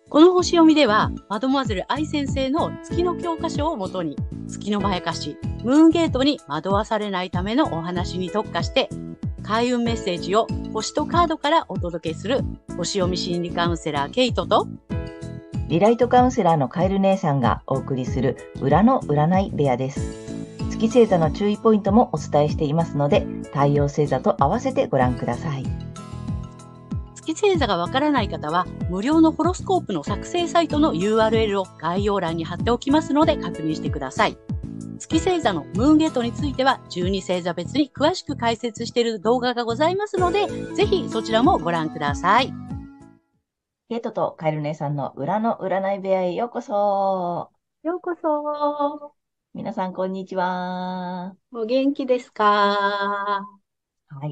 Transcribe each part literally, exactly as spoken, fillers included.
この星読みでは、マドモアゼル愛先生の月の教科書をもとに、月のまやかし、ムーンゲートに惑わされないためのお話に特化して、開運メッセージを星とカードからお届けする、星読み心理カウンセラーケイトと、 リライトカウンセラーのカエル姉さんがお送りする裏の占い部屋です。月星座の注意ポイントもお伝えしていますので、太陽星座と合わせてご覧ください。 月星座がわからない方は、無料のホロスコープの作成サイトの ユーアールエル を概要欄に貼っておきますので確認してください。月星座のムーンゲートについては、じゅうに星座別に詳しく解説している動画がございますので、ぜひそちらもご覧ください。 ケイトとカエル姉さんの裏の占い部屋へようこそ。 ようこそ。 皆さん、こんにちは。 お元気ですか？ はい。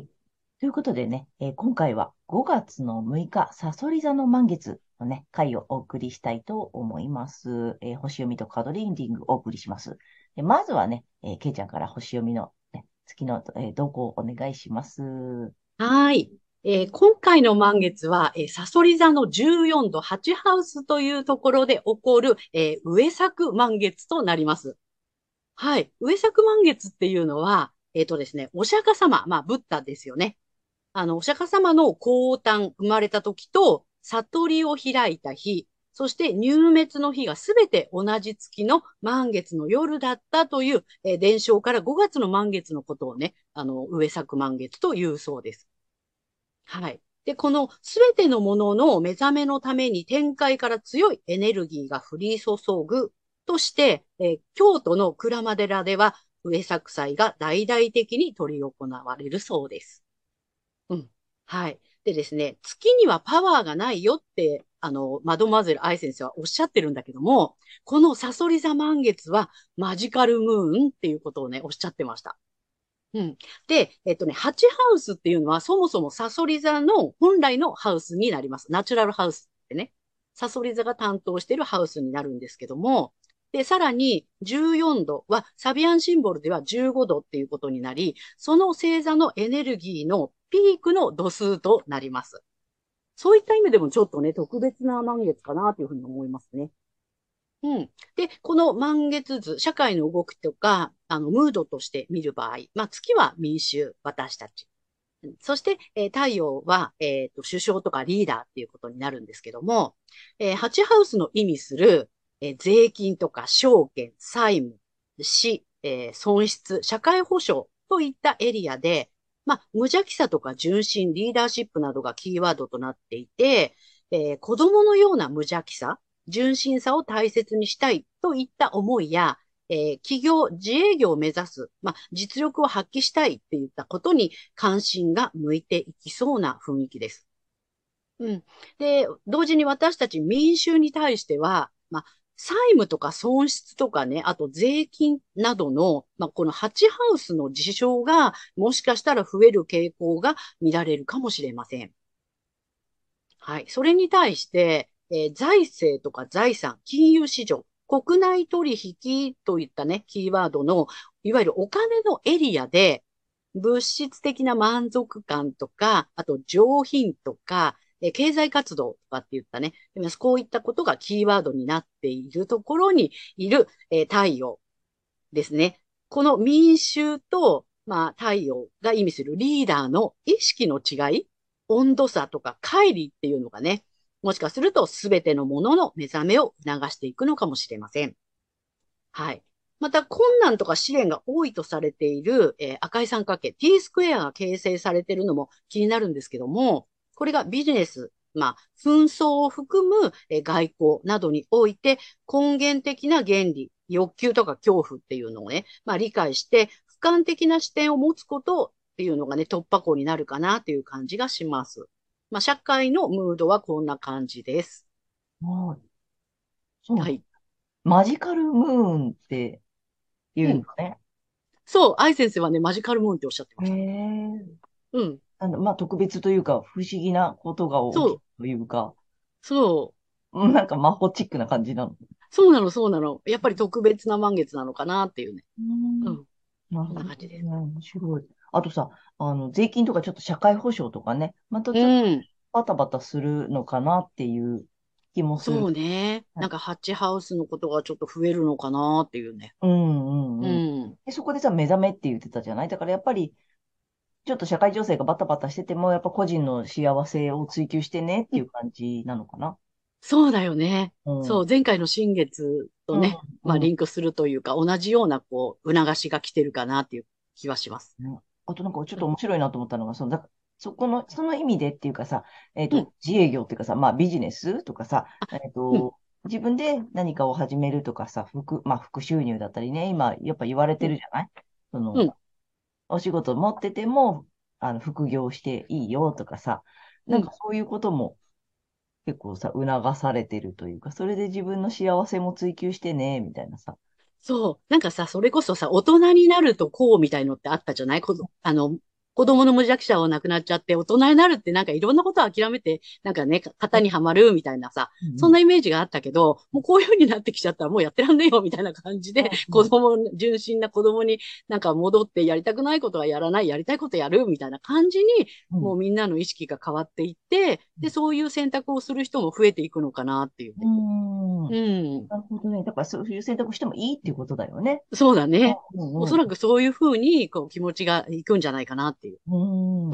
ということでね、えー今回はごがつのむいか、さそり座の満月のね、回をお送りしたいと思います。えー星読みとカードリーディングをお送りします。でまずはね、えー、ケイちゃんから星読みの、ね、月の、えー動向をお願いします。 はい。えー今回の満月は、えー、サソリ座のじゅうよんどはちハウスというところで起こる、えー上作満月となります。はい。上作満月っていうのは、えっとですね、お釈迦様、まあ、ブッダですよね。あの、お釈迦様の降誕、生まれた時と、悟りを開いた日、そして入滅の日がすべて同じ月の満月の夜だったという、えー伝承からごがつの満月のことをね、あの、上作満月というそうです。はい。で、このすべてのものの目覚めのために天界から強いエネルギーが降り注ぐとして、えー京都の鞍馬寺では、上作祭が大々的に執り行われるそうです。うん。はい。でですね、月にはパワーがないよって、あの、マドマゼル愛先生はおっしゃってるんだけども、このサソリ座満月はマジカルムーンっていうことをね、おっしゃってました。うん。で、えっとね、はちハウスっていうのはそもそもサソリ座の本来のハウスになります。ナチュラルハウスってね。サソリ座が担当しているハウスになるんですけども、で、さらにじゅうよんどはサビアンシンボルではじゅうごどっていうことになり、その星座のエネルギーのピークの度数となります。そういった意味でもちょっとね、特別な満月かなというふうに思いますね。うん。で、この満月図、社会の動きとか、あの、ムードとして見る場合、まあ、月は民衆、私たち。そして、えー太陽は、えっと、首相とかリーダーっていうことになるんですけども、えー、ハチハウスの意味する、えー税金とか証券、債務、死、えー損失、社会保障といったエリアで、まあ、無邪気さとか純真、リーダーシップなどがキーワードとなっていて、えー子供のような無邪気さ、純真さを大切にしたいといった思いや、えー企業、自営業を目指す、まあ、実力を発揮したいっていったことに関心が向いていきそうな雰囲気です。うん。で、同時に私たち民衆に対しては、まあ、債務とか損失とかね、あと税金などの、まあ、このハチハウスの事象が、もしかしたら増える傾向が見られるかもしれません。はい。それに対して、えー財政とか財産、金融市場、国内取引といったね、キーワードの、いわゆるお金のエリアで、物質的な満足感とか、あと上品とか、えー経済活動とかって言ったね、こういったことがキーワードになっているところにいる、えー太陽ですね。この民衆と、まあ、太陽が意味するリーダーの意識の違い、温度差とか乖離っていうのがね、もしかすると全てのものの目覚めを促していくのかもしれません。はい。また、困難とか試練が多いとされている、えー赤い三角形、T スクエアが形成されているのも気になるんですけども、これがビジネス、まあ、紛争を含む、えー外交などにおいて根源的な原理、欲求とか恐怖っていうのをね、まあ理解して、俯瞰的な視点を持つことっていうのがね、突破口になるかなという感じがします。まあ、社会のムードはこんな感じです。 はい。そう。 はい。 マジカルムーンって言うん。 うんだね。 そう、愛先生はね、マジカルムーンっておっしゃってまへした。 え。 うん。 あの、まあ、特別というか、不思議なことが起きるそう、 というか、 そう、 うんなんか魔法チックな感じなの。 そうなの、そうなの。やっぱり特別な満月なのかなっていうね。 うん。 うん。そんななるほ感じです。 どね。面白い。あとさ、あの、税金とかちょっと社会保障とかね、またうちょっとん。 バタバタするのかなっていう。 気もする。 そうね。 はい。 なんかハッチハウスのことがちょっと増えるのかなっていうね。 うんううんうん。 ん。 で、そこでさ、目覚めって言ってたじゃない。だからやっぱり、ちょっと社会情勢がバタバタしてても、やっぱ個人の幸せを追求してねっていう感じなのかな。 そうだよね。 うん。うそう、前回の新月とん。 ね、まあうん。 リンクするというか、同じようなこう、促しが来てるかなっていう気はします。 ね。あとなんかちょっうん。 と面白いなと思ったのが、その、だ、そこの、その意味でっていうかさ、えっうん。 と、自営業っていうかさ、まあビジネスとかさ、えっうん。 と、自分で何かを始めるとかさ、副、まあ副収入だったりね、今やっぱ言われうん。 てるじゃない。その、 うん。 お仕事持ってても、あの、副業していいよとかさ、 うん。 なんかそういうことも結構さ、促されてるというか、それで自分の幸せも追求してね、みたいなさ。 そう。なんかさ、それこそさ、大人になるとこうみたいのってあったじゃないこど、あの、子供の無弱者は亡くなっちゃって、大人になるってなんかいろんなことを諦めて、なんかね、型にはまるみたいなさ、 うんうん。 そんなイメージがあったけど、もうこういう風になってきちゃったらもうやってらんねえよみたいな感じで、 うん子供、純真な子供になんか戻ってやりたくないことはやらない、やりたいことやるみたいな感じに、 うん。 もうみんなの意識が変わっていって、で、そういう選択をする人も増えていくのかなっていううね。 ん。うーん。 うん。 なるほどね。だからそういう選択してもいいっていうことだよね。 そうだね。 うんうんおそらくそういうふうに、こう、気持ちがいくんじゃないかなっていう。 うん。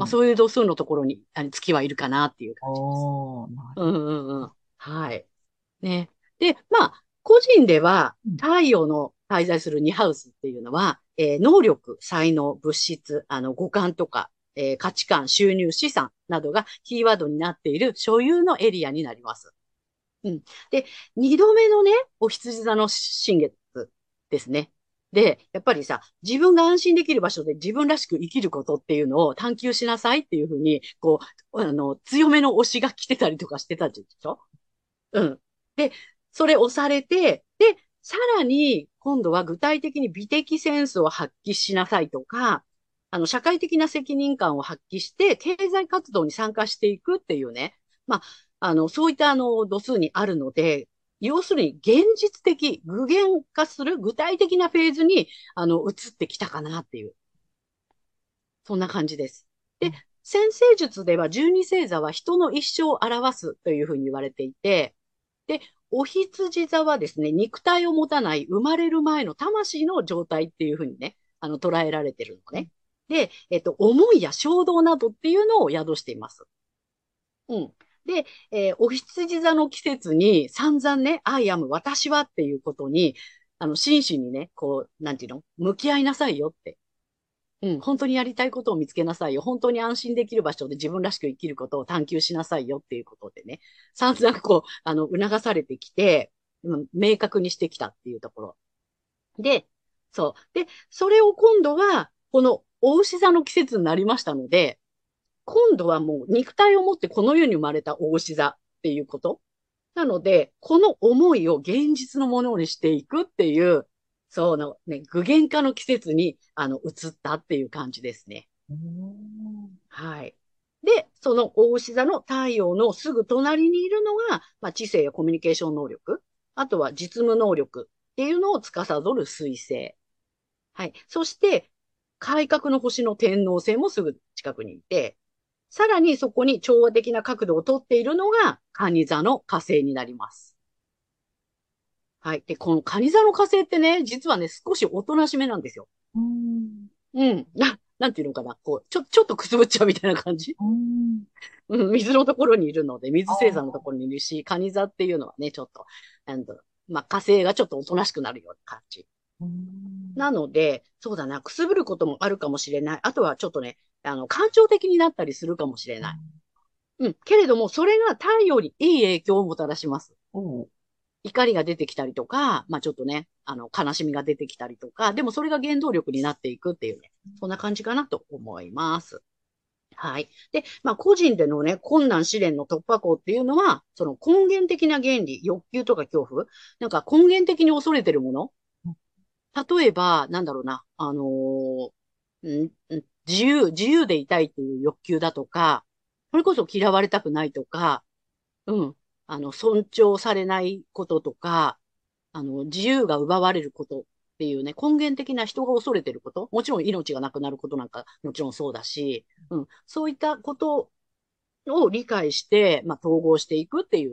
まあ、 うん。 そういう度数のところに、あの、月はいるかなっていう感じです。 おー、なるうんうんうん。はい。ね。で、まあ、個人では、 ほど。 太陽の滞在するにハウスっていうのは、えー能力、才能、物質、あの、五感とか、えー価値観、収入、資産などがキーワードになっている所有のエリアになります。うん。で、二度目のね、お羊座の新月ですね。で、やっぱりさ、自分が安心できる場所で自分らしく生きることっていうのを探求しなさいっていうふうに、こう、あの、強めの推しが来てたりとかしてたでしょ。うん。で、それ押されて、で、さらに、今度は具体的に美的センスを発揮しなさいとか、あの、社会的な責任感を発揮して、経済活動に参加していくっていうね。まあ、あの、そういったあの、度数にあるので、要するに現実的、具現化する具体的なフェーズに、あの、移ってきたかなっていう、そんな感じです。で、先生術では十二星座は人の一生を表すというふうに言われていて、で、お羊座はですね、肉体を持たない生まれる前の魂の状態っていうふうにね、あの、捉えられてるのね。で、えっと、思いや衝動などっていうのを宿しています。うん。で、えーお羊座の季節に散々ね、I am 私はっていうことに、あの、真摯にね、こう、なんていうの向き合いなさいよって。うん、本当にやりたいことを見つけなさいよ。本当に安心できる場所で自分らしく生きることを探求しなさいよっていうことでね、散々こう、あの、促されてきて、うん明確にしてきたっていうところ。で、そう。で、それを今度は、このお牛座の季節になりましたので、今度はもう肉体を持ってこの世に生まれたお牛座っていうこと。なので、この思いを現実のものにしていくっていう、そうのね、具現化の季節に、あの、移ったっていう感じですね。 うーん。 はい。で、その大牛座の太陽のすぐ隣にいるのが、まあ、知性やコミュニケーション能力、あとは実務能力っていうのを司る水星。はい。そして、改革の星の天王星もすぐ近くにいて、さらにそこに調和的な角度をとっているのが、蟹座の火星になります。はい。で、この蟹座の火星ってね、実はね、少しおとなしめなんですよ。 うーん。 うん。な、なんていうのかな。こう、ちょ、ちょっとくすぶっちゃうみたいな感じ。 うーん。 うん、水のところにいるので、水あ星座のとあ。 ころにいるし、蟹座っていうのはね、ちょっと、なんだろう、まあ、火星がちょっとおとなしくなるような感じ。 うーん。 なので、そうだな、くすぶることもあるかもしれない。あとはちょっとね、あの、感情的になったりするかもしれない。うん。けれども、それが太陽にいい影響をもたらします。 おう。 怒りが出てきたりとか、まあちょっとね、あの、悲しみが出てきたりとか、でもそれが原動力になっていくっていうね、そんな感じかなと思います。はい。で、まあ個人でのね、困難試練の突破口っていうのは、その根源的な原理、欲求とか恐怖、なんか根源的に恐れてるもの。例えば、なんだろうな、あのーんん自由、自由でいたいっていう欲求だとか、それこそ嫌われたくないとか、うん。あの、尊重されないこととか、あの、自由が奪われることっていうね、根源的な人が恐れてること、もちろん命がなくなることなんかもちろんそうだし、うん。そういったことを理解して、まあ、統合していくっていうね、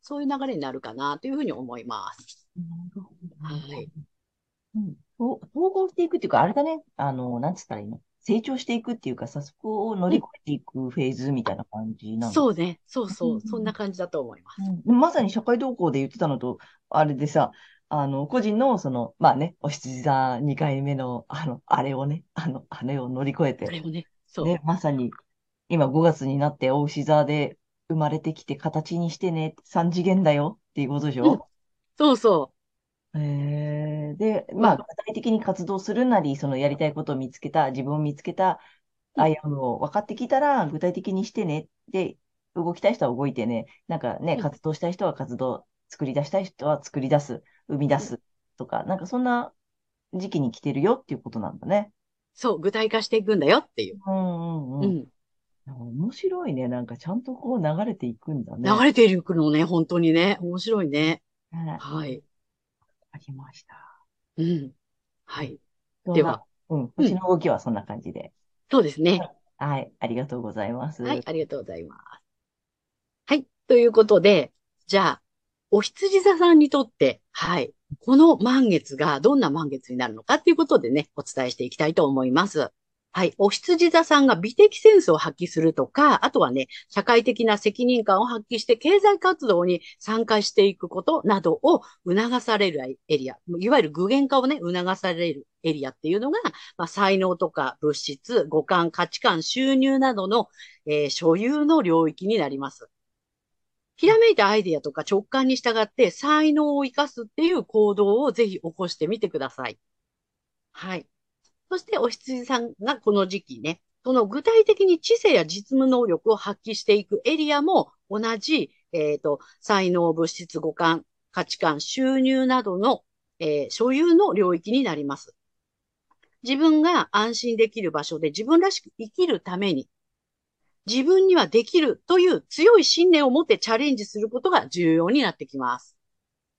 そういう流れになるかなというふうに思います。 なるほど。 はい。 うん。と統合していくっていうか、あれだね。あの、なんつったらいいの？成長していくっていうかさ、そこを乗り越うん。 えていくフェーズみたいな感じなの？ そうね。そううんそう。そんな感じだと思います。 うんうん、まさに社会動向で言ってたのと、あれでさ、あの、個人の、その、まあね、お羊座にかいめの、あの、あれをね、あの、あれを乗り越えて、 あれもね。そね、まさに、今ごがつになって、お牛座で生まれてきて形にしてね、さん次元だよっていうことでしう。うん。 ょ？ そうそえー、で、 う。うまあ、具ん。 体的に活動するなり、そのやりたいことを見つけた、自分を見つけた、 うん。 アイアムを分かってきたら、具体的にしてね。で、動きたい人は動いてね。なんかね、 うん。 活動したい人は活動、作り出したい人は作り出す、生み出うん。 すとか、なんかそんな時期に来てるよっていうことなんだね。 そう。具体化していくんだよっていう。 うんうんうん。 うん。 面白いね。なんかちゃんとこう流れていくんだね。 流れていくのね。本当にね。面白いね。 ね、 はい。 ありました。 うん。ははい。 い。 そんな、 では。 うん、 うん。 星の動きはそんな感じで。 そうですね。 はい、ありがとうございまはい。 す。 ありがとうございます。はい。ということで、じゃあ、お羊座さんにとって、はい。この満月がどんな満月になるのかっていうことでね、お伝えしていきたいと思います。はい。お羊座さんが美的センスを発揮するとか、あとはね、社会的な責任感を発揮して経済活動に参加していくことなどを促されるエリア、いわゆる具現化をね、促されるエリアっていうのが、まあ、才能とか物質、五感、価値観、収入などの、えー所有の領域になります。ひらめいたアイディアとか直感に従って才能を生かすっていう行動をぜひ起こしてみてください。はい。そしてお羊さんがこの時期ね、その具体的に知性や実務能力を発揮していくエリアも同じ、えっと、才能、物質、五感、価値観、収入などの、えー所有の領域になります。自分が安心できる場所で自分らしく生きるために自分にはできるという強い信念を持ってチャレンジすることが重要になってきます。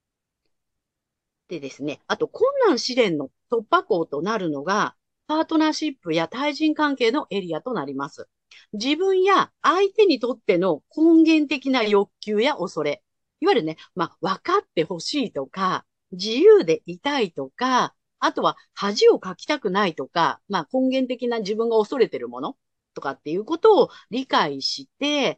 でですね、あと困難試練の突破口となるのが、パートナーシップや対人関係のエリアとなります。自分や相手にとっての根源的な欲求や恐れ。いわゆるね、まあ、分かってほしいとか、自由でいたいとか、あとは恥をかきたくないとか、まあ、根源的な自分が恐れてるものとかっていうことを理解して、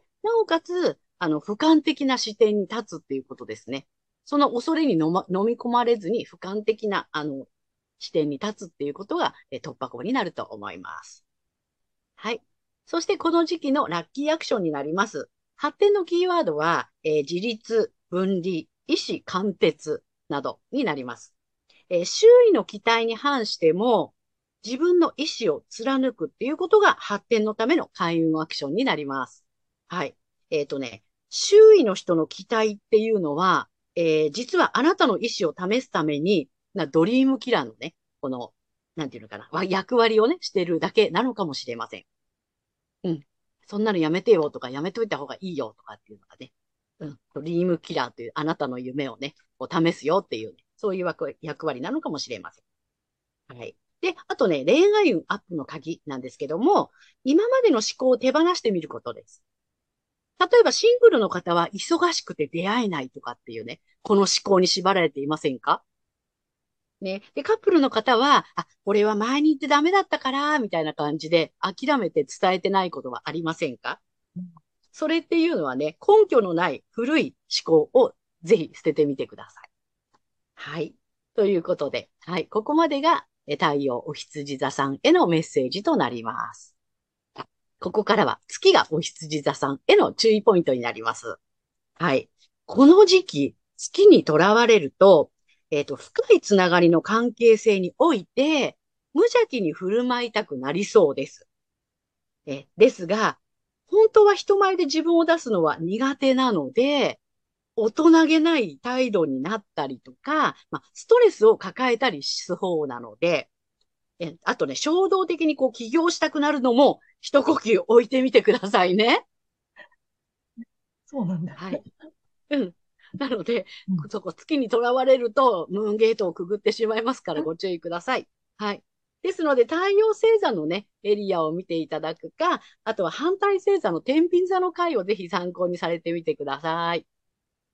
なおかつ、あの、俯瞰的な視点に立つっていうことですね。その恐れにのま、飲み込まれずに俯瞰的な、あの、視点に立つっていうことが、え突破口になると思います。はい。そしてこの時期のラッキーアクションになります。発展のキーワードは、えー自立、分離、意思貫徹などになります。えー周囲の期待に反しても、自分の意思を貫くっていうことが発展のための開運アクションになります。はい。えっとね、周囲の人の期待っていうのは、えー実はあなたの意思を試すために、なドリームキラーのね、この、なんていうのかな、わ役割をね、してるだけなのかもしれません。うん。そんなのやめてよとか、やめといた方がいいよとかっていうのがね、うん。ドリームキラーというあなたの夢をね、こう試すよっていう、ね、そういう役役割なのかもしれません。はい。で、あとね、恋愛運アップの鍵なんですけども、今までの思考を手放してみることです。例えばシングルの方は忙しくて出会えないとかっていうね、この思考に縛られていませんか？ね。で、カップルの方は、あ、これは前に言ってダメだったから、みたいな感じで諦めて伝えてないことはありませんか？それっていうのはね、根拠のない古い思考をぜひ捨ててみてください。はい。ということで、はい。ここまでがえ太陽お羊座さんへのメッセージとなります。ここからは月がお羊座さんへの注意ポイントになります。はい。この時期、月にとらわれると、えっと、深いつながりの関係性において、無邪気に振る舞いたくなりそうです。え、ですが、本当は人前で自分を出すのは苦手なので、大人げない態度になったりとか、まあ、ストレスを抱えたりしそうなので、え、あとね、衝動的にこう起業したくなるのも、一呼吸置いてみてくださいね。 そうなんだ。 はい。うん。なので、 うん。 そこ月にとらわれると、ムーンゲートをくぐってしまいますからご注意ください。はい。ですので、太陽星座のね、エリアを見ていただくか、あとは反対星座の天秤座の回をぜひ参考にされてみてください。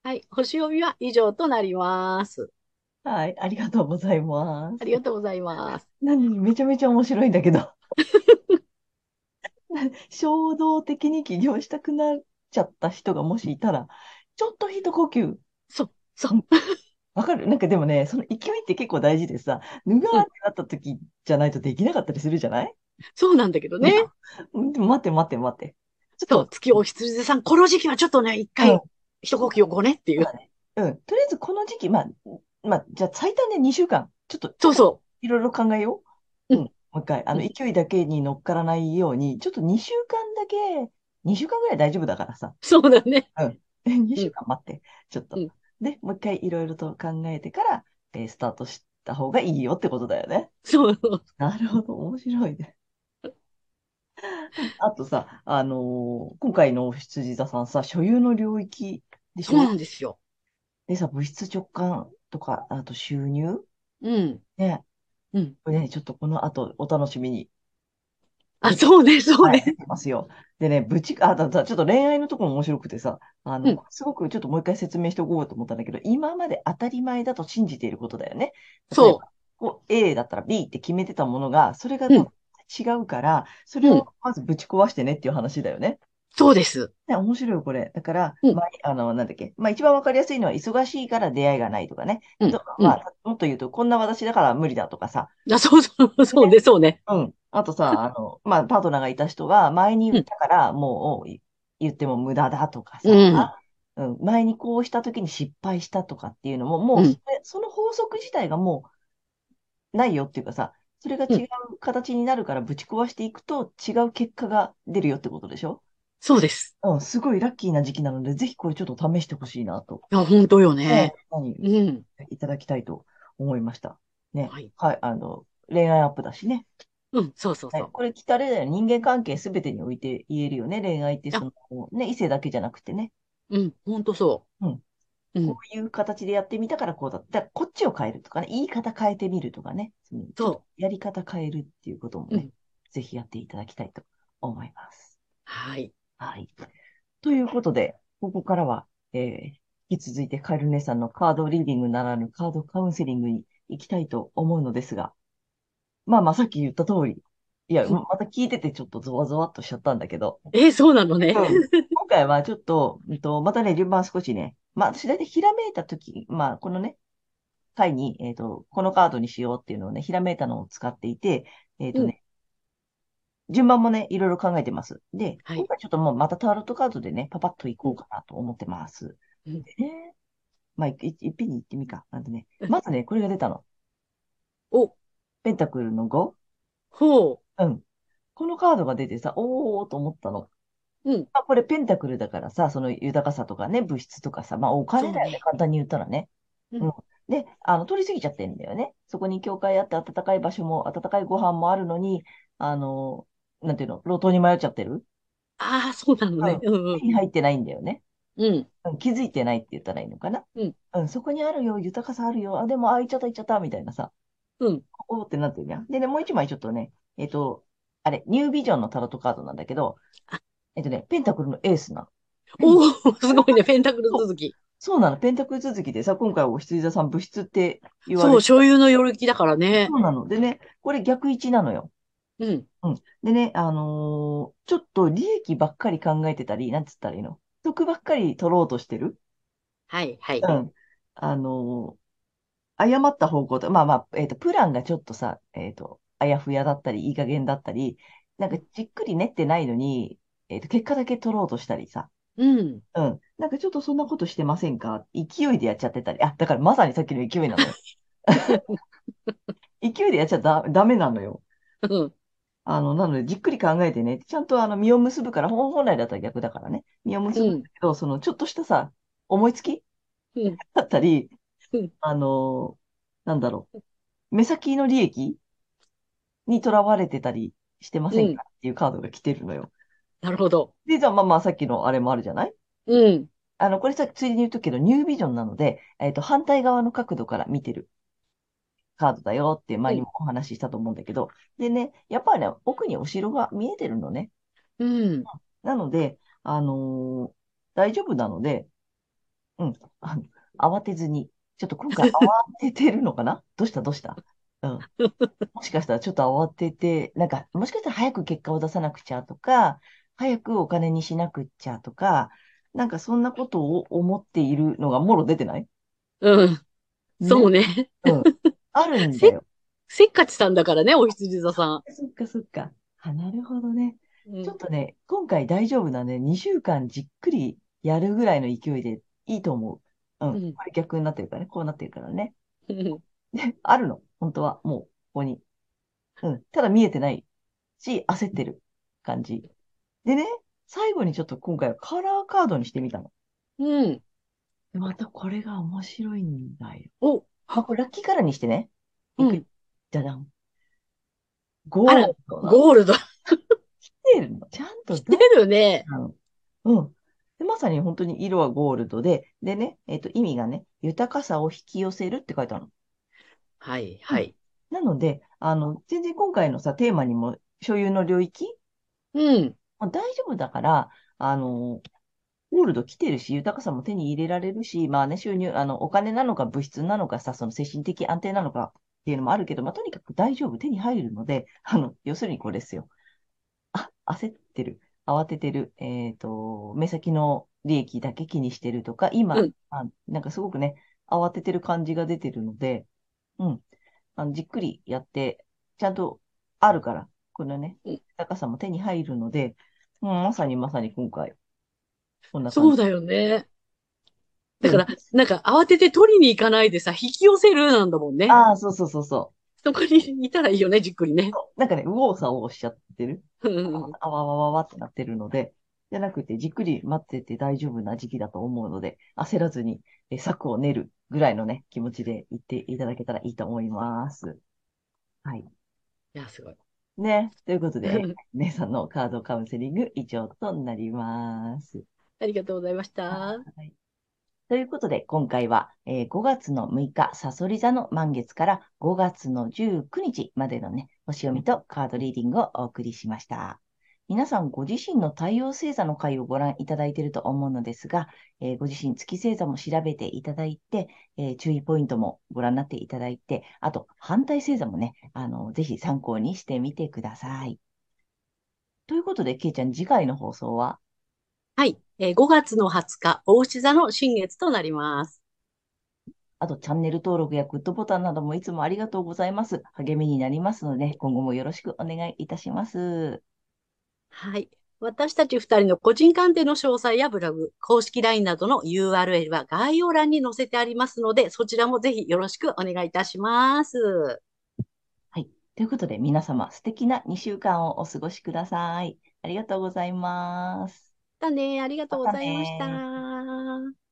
はい。星読みは以上となります。 はい、ありがとうございます。 ありがとうございます。 何、めちゃめちゃ面白いんだけど、衝動的に起業したくなっちゃった人がもしいたら、ちょっと一呼吸。 そう、そうん、 う。 わかる。なんかでもね、その勢いって結構大事でさ、ぬがうん。 ーってなった時じゃないとできなかったりするじゃない？ そうなんだけどね。 うん、でも待って待って待って。ちょっそう、 と、 月お羊さん、この時期はちょっとね、一うん、 回、一呼吸をこうねっていう。 そうだね。うん。とりあえずこの時期、まあ、まあ、じゃあ最短でにしゅうかん、ちょっとそうそいろいろ考えよう。うん。 う。うん、 もう一回、あの、 うん。 勢いだけに乗っからないように、ちょっとにしゅうかんだけ、にしゅうかんぐらい大丈夫だからさ。 そうだね。 うん。2 うん、 週間待って、ちょっと。 うん。 で、もう一回いろいろと考えてから、えースタートした方がいいよってことだよね。 そう、 なるほど、面白いね。あとさ、あのー今回の羊座さんさ、所有の領域でしそうょ？ なんですよ。 でさ、物質直感とか、あと収入うん、 ね。 うん。 これね、ちょっとこの後お楽しみに。 あ、 で、 そうね、そうはい、出ね。 てますよ。でね、ぶち、あ、だ、だ、ちょっと恋愛のところも面白くてさ、あの、 うん、 すごくちょっともう一回説明しておこうと思ったんだけど、今まで当たり前だと信じていることだよね。例えそば、こう A だったら ビー って決めてたものが、それがう。うもうん、 違うから、それうん。 をまずぶち壊してねっていう話だよね。 そうです。 ね、面白いよ、これ。だから、 うん、 まあ、あの、なんだっけ。まあ、一番わかりやすいのは、忙しいから出会いがないとかね。 うん、 とか、 うん。 まあ、もっと言うと、こんな私だから無理だとかさ。 あ、そうそう、そうね、そうね。 うん。あとさ、あの、まあ、パートナーがいた人が前にうん、 言ったから、もうい言っても無駄だとかうさ、 ん、 うん、前にこうした時に失敗したとかっていうのも、もうん、 うそれ、その法則自体がもうないよっていうかさ、それが違うん。 う形になるからぶち壊していくと違う結果が出るよってことでしょ？ そうです。 うん、すごいラッキーな時期なので、ぜひこれちょっと試してほしいなと。 いや、本当よね、 ね。 何うん。 いただきたいと思いました。ね。 はい。 はい、あの、恋愛アップだしね。 うん、そうそうはい、 そう。 これきっとあれだよ。人間関係すべてにおいて言えるよね。恋愛ってそあ、 の、ね、異性だけじゃなくてね。 うん、本当そうん。 う。うこん、 ういう形でやってみたからこうだった。だからこっちを変えるとかね。言い方変えてみるとかね。そのちょっとそやり方変えるっていうこともう。うね、 ん。 ぜひやっていただきたいと思います。 はい。 はい。ということで、ここからは、えー引き続いてカエル姉さんのカードリーディングならぬカードカウンセリングに行きたいと思うのですが、まあまあさっき言った通り、いや、ままた聞いててちょっとゾワゾワっとしちゃったんだけど、 えー、そうなのね。 うん。今回はちょっと、うんと、またね、順番少しね、まあ私大体ひらめいたとき、まあこのね、回に、えっと、このカードにしようっていうのをね、ひらめいたのを使っていて、えっうん。 とね、順番もね、いろいろ考えてます。で、 はい。 今回ちょっともうまたタロットカードでね、パパッというん。 こうかなと思ってます。 うん。 でね、まあ、いいいっぺんに行ってみっか。なんでね、まずね、これが出たの。 お、 ペンタクルのご。 ほうん。このカードが出てさ、おーと思ったの。 う。うん。 まあ、これペンタクルだからさ、その豊かさとかね、物質とかさ、まあお金だよね、 そうね。 簡単に言ったらね。うん。 うん。 で、あの、取り過ぎちゃってんだよね。そこに教会あって、暖かい場所も、暖かいご飯もあるのに、あの、なんていうの、路頭に迷っちゃってる。 ああ、そうなのね。 うん。 うんうん。 手に入ってないんだよね。 うん。 うん、気づいてないって言ったらいいのかな。 うん。 うん、そこにあるよ、豊かさあるよ、あ、でも、あ、行っちゃった、行っちゃった、みたいなさ、 うん。 おーってなってるじゃん。でね、もう一枚ちょっとね、えっと、あれ、ニュービジョンのタロットカードなんだけど、 あ、 えっとね、ペンタクルのエースなの。ペン、 おお、すごいね。ペンタクルそう、 続き。 そうなの。ペンタクル続きでさ、今回お羊座さん物質って言わそう、 れて、 所有の領域だからね。 そうなの。でね、これ逆位置なのよ。 うん。 うん。でね、あのーちょっと利益ばっかり考えてたり、なんつったらいいの？得ばっかり取ろうとしてる。 はい、はい。 うん。あのー誤った方向と、まあまあ、えっと、プランがちょっとさ、えっと、あやふやだったり、いい加減だったり、なんかじっくり練ってないのに、えっと、結果だけ取ろうとしたりさ、 うん。 うん。なんかちょっとそんなことしてませんか？勢いでやっちゃってたり。あ、だからまさにさっきの勢いなのよ。勢いでやっちゃダ、ダメなのよ。 うん。 あの、なので、じっくり考えてね、ちゃんとあの、実を結ぶから、本本来だったら逆だからね、実を結ぶんだうん。 けど、その、ちょっとしたさ、思いつきうん。 だったり、 うん。 あの、なんだろう、目先の利益にとらわれてたりしてませんうん。 かっていうカードが来てるのよ。 なるほど。 で、じゃあ、まあまあ、さっきのあれもあるじゃない？ うん。 あの、これさっきついでに言うとくけど、ニュービジョンなので、えっと、反対側の角度から見てるカードだよって前にうん。 もお話ししたと思うんだけど、でね、やっぱりね、奥にお城が見えてるのね。 うん。 なので、あのー大丈夫なので、 うん。あの、慌てずに、ちょっと今回慌ててるのかな。どうしたどうした。うん。もしかしたらちょっと慌てて、なんか、もしかしたら早く結果を出さなくちゃとか、早くお金にしなくちゃとか、なんかそんなことを思っているのがもろ出てない？ うん。そね。 うね。 うん。あるんだせ、 よ。 せっかちさんだからね、お羊座さそっかそっか。あ、なるほどね。 ん。うん。 ちょっとね、今回大丈夫なんで、にしゅうかんじっくりやるぐらいの勢いでいいと思う。うん。 うん。 これ逆になってるからね。こうなってるからね。 うん。 で、あるの。本当は。もう、ここに。うん。ただ見えてないし、焦ってる感じ。でね、最後にちょっと今回はカラーカードにしてみたの。 うん。 でまたこれが面白いんだよ。 お、 まあ、これラッキーカラーにしてね。いくよ。 うん。 じゃじゃん。 あら、 ゴールドなの。 ゴールド。 来てるの。ちゃんと出来てるね。 たの。うん。で、まさに本当に色はゴールドで、でね、えっと、意味がね、豊かさを引き寄せるって書いてあるの。 はい、 うん。 はい。 なので、あの、全然今回のさ、テーマにも所有の領域、 うん。 まあ、大丈夫だから、あの、ゴールド来てるし、豊かさも手に入れられるし、まあね、収入、あの、お金なのか物質なのかさ、その精神的安定なのかっていうのもあるけど、まあ、とにかく大丈夫、手に入るので、あの、要するにこれですよ。あ、焦ってる、慌ててる、えっと、目先の利益だけ気にしてるとか、今、 うん。 あ、なんかすごくね、慌ててる感じが出てるので、うん、あの、じっくりやって、ちゃんとあるから、このね、 うん。 豊かさも手に入るので、うん、まさにまさに今回、こんな感じ。 そうだよね。だで、 から、なんか慌てて取りに行かないでさ、引き寄せるなんだもんね。 ああ、そうそうそうそう。 そこにいたらいいよね、じっくりね。 なんかね、右往左往しちゃってる。 うあわん。 あわわわわってなってるので、じゃなくて、じっくり待ってて大丈夫な時期だと思うので、焦らずにえ策を練るぐらいのね、気持ちで言っていただけたらいいと思います。はい。 いや、すごい。 ね。ということで、姉さんのカードカウンセリング以上となります。 ありがとうございましはた。 い。ということで、今回は、えーごがつのむいか、さそり座の満月からごがつのじゅうくにちまでのね、星読みとカードリーディングをお送りしました。皆さん、ご自身の太陽星座の回をご覧いただいていると思うのですが、えーご自身月星座も調べていただいて、えー注意ポイントもご覧になっていただいて、あと、反対星座もね、あの、ぜひ参考にしてみてください。ということで、けいちゃん、次回の放送は？ はい。えーごがつのはつか、牡牛座の新月となります。 あと、チャンネル登録やグッドボタンなどもいつもありがとうございます。励みになりますので、今後もよろしくお願いいたします。 はい。私たちふたりの個人鑑定の詳細やブログ、公式 ライン などの ユーアールエル は概要欄に載せてありますので、そちらもぜひよろしくお願いいたします。 はい。ということで、皆様、素敵なにしゅうかんをお過ごしください。ありがとうございます。 だね。ありがとうごまたざいましね。 た。